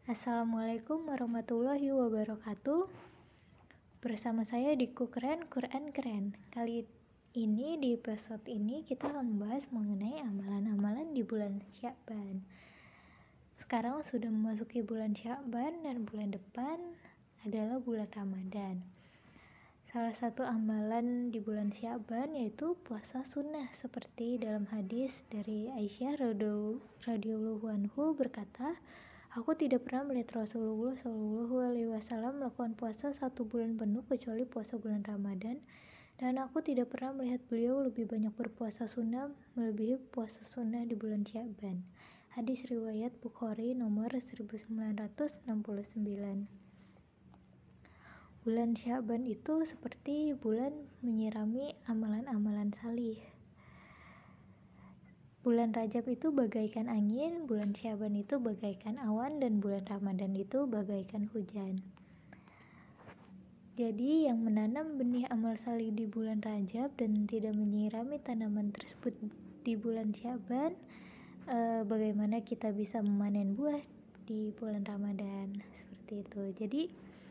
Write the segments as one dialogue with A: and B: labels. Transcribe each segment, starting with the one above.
A: Assalamualaikum warahmatullahi wabarakatuh. Bersama saya di Kukeren Quran Keren. Kali ini di episode ini kita akan membahas mengenai amalan-amalan di bulan Sya'ban. Sekarang sudah memasuki bulan Sya'ban dan bulan depan adalah bulan Ramadan. Salah satu amalan di bulan Sya'ban yaitu puasa sunnah, seperti dalam hadis dari Aisyah radhiyallahu anhu berkata, "Aku tidak pernah melihat Rasulullah SAW melakukan puasa 1 bulan penuh kecuali puasa bulan Ramadan, dan aku tidak pernah melihat beliau lebih banyak berpuasa sunnah melebihi puasa sunnah di bulan Sya'ban." Hadis riwayat Bukhari nomor 1969. Bulan Sya'ban itu seperti bulan menyirami amalan-amalan salih. Bulan Rajab itu bagaikan angin, bulan Sya'ban itu bagaikan awan, dan bulan Ramadan itu bagaikan hujan. Jadi yang menanam benih amal salih di bulan Rajab dan tidak menyirami tanaman tersebut di bulan Sya'ban, bagaimana kita bisa memanen buah di bulan Ramadan, seperti itu. Jadi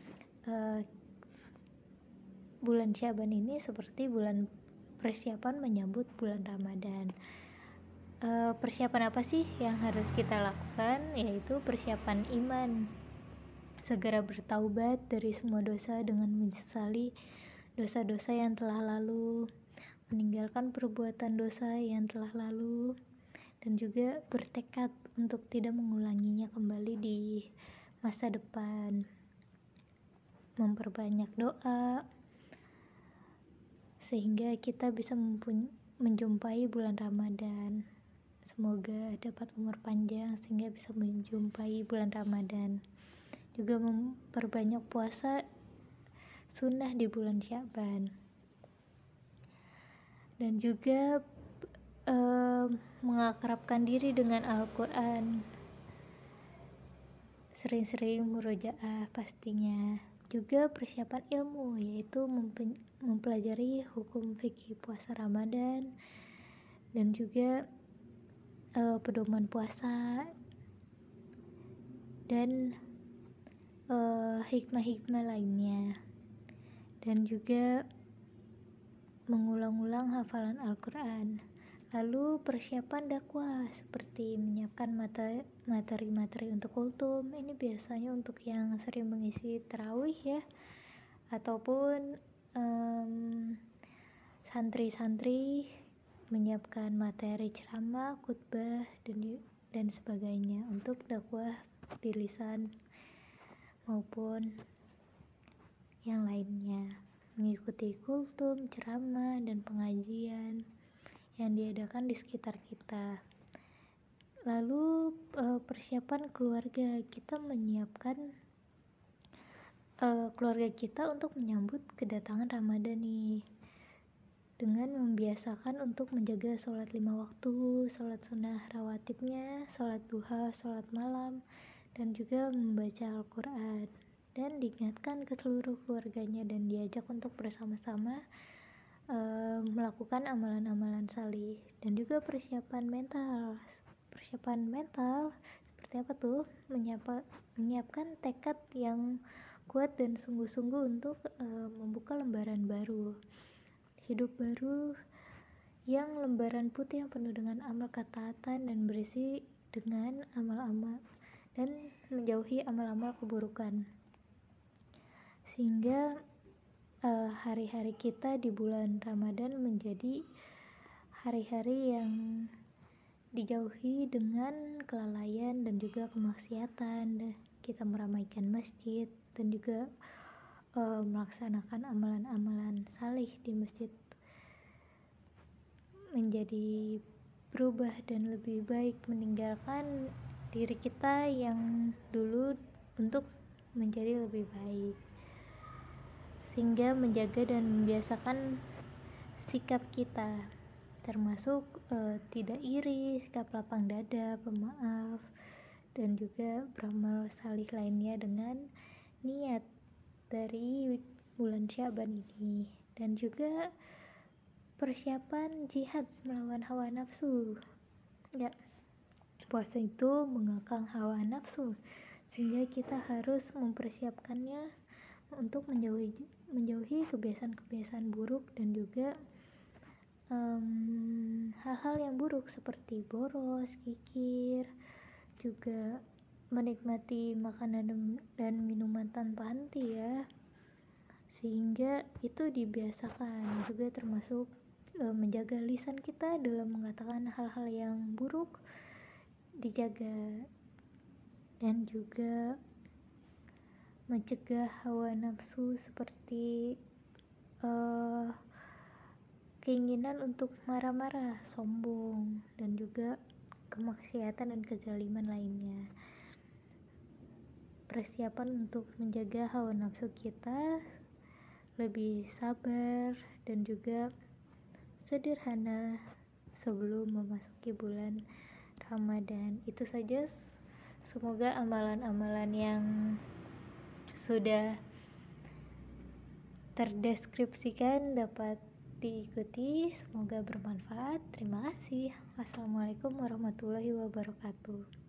A: bulan Sya'ban ini seperti bulan persiapan menyambut bulan Ramadan. Persiapan apa sih yang harus kita lakukan? Yaitu persiapan iman, segera bertaubat dari semua dosa dengan menyesali dosa-dosa yang telah lalu, meninggalkan perbuatan dosa yang telah lalu, dan juga bertekad untuk tidak mengulanginya kembali di masa depan. Memperbanyak doa sehingga kita bisa menjumpai bulan Ramadan. Semoga dapat umur panjang sehingga bisa menjumpai bulan Ramadan. Juga memperbanyak puasa sunnah di bulan Sya'ban. Dan juga mengakrabkan diri dengan Al-Quran. Sering-sering murojaah pastinya. Juga persiapan ilmu, yaitu mempelajari hukum fikih puasa Ramadan, dan juga pedoman puasa, dan hikmah-hikmah lainnya, dan juga mengulang-ulang hafalan Al-Quran. Lalu persiapan dakwah, seperti menyiapkan materi-materi untuk kultum. Ini biasanya untuk yang sering mengisi tarawih ya, ataupun santri-santri menyiapkan materi ceramah, khutbah, dan sebagainya untuk dakwah di lisan maupun yang lainnya, mengikuti kultum, ceramah, dan pengajian yang diadakan di sekitar kita. Lalu persiapan keluarga, kita menyiapkan keluarga kita untuk menyambut kedatangan Ramadan nih, dengan membiasakan untuk menjaga sholat 5 waktu, sholat sunnah rawatibnya, sholat duha, sholat malam, dan juga membaca Al-Quran, dan diingatkan ke seluruh keluarganya dan diajak untuk bersama-sama melakukan amalan-amalan salih. Dan juga persiapan mental seperti apa tuh? Menyiapkan tekad yang kuat dan sungguh-sungguh untuk membuka lembaran baru, hidup baru, yang lembaran putih yang penuh dengan amal ketaatan dan berisi dengan amal-amal, dan menjauhi amal-amal keburukan, sehingga hari-hari kita di bulan Ramadan menjadi hari-hari yang dijauhi dengan kelalaian dan juga kemaksiatan. Kita meramaikan masjid dan juga melaksanakan amalan-amalan salih di masjid menjadi berubah dan lebih baik, meninggalkan diri kita yang dulu untuk menjadi lebih baik, sehingga menjaga dan membiasakan sikap kita, termasuk tidak iri, sikap lapang dada, pemaaf, dan juga beramal salih lainnya dengan niat dari bulan Sya'ban ini. Dan juga persiapan jihad melawan hawa nafsu ya, puasa itu mengekang hawa nafsu sehingga kita harus mempersiapkannya untuk menjauhi kebiasaan-kebiasaan buruk dan juga hal-hal yang buruk seperti boros, kikir, juga menikmati makanan dan minuman tanpa henti ya, sehingga itu dibiasakan. Juga termasuk menjaga lisan kita dalam mengatakan hal-hal yang buruk dijaga, dan juga mencegah hawa nafsu seperti keinginan untuk marah-marah, sombong, dan juga kemaksiatan dan kezaliman lainnya. Persiapan untuk menjaga hawa nafsu kita, lebih sabar dan juga sederhana sebelum memasuki bulan Ramadan. Itu saja, semoga amalan-amalan yang sudah terdeskripsikan dapat diikuti, semoga bermanfaat. Terima kasih. Wassalamualaikum warahmatullahi wabarakatuh.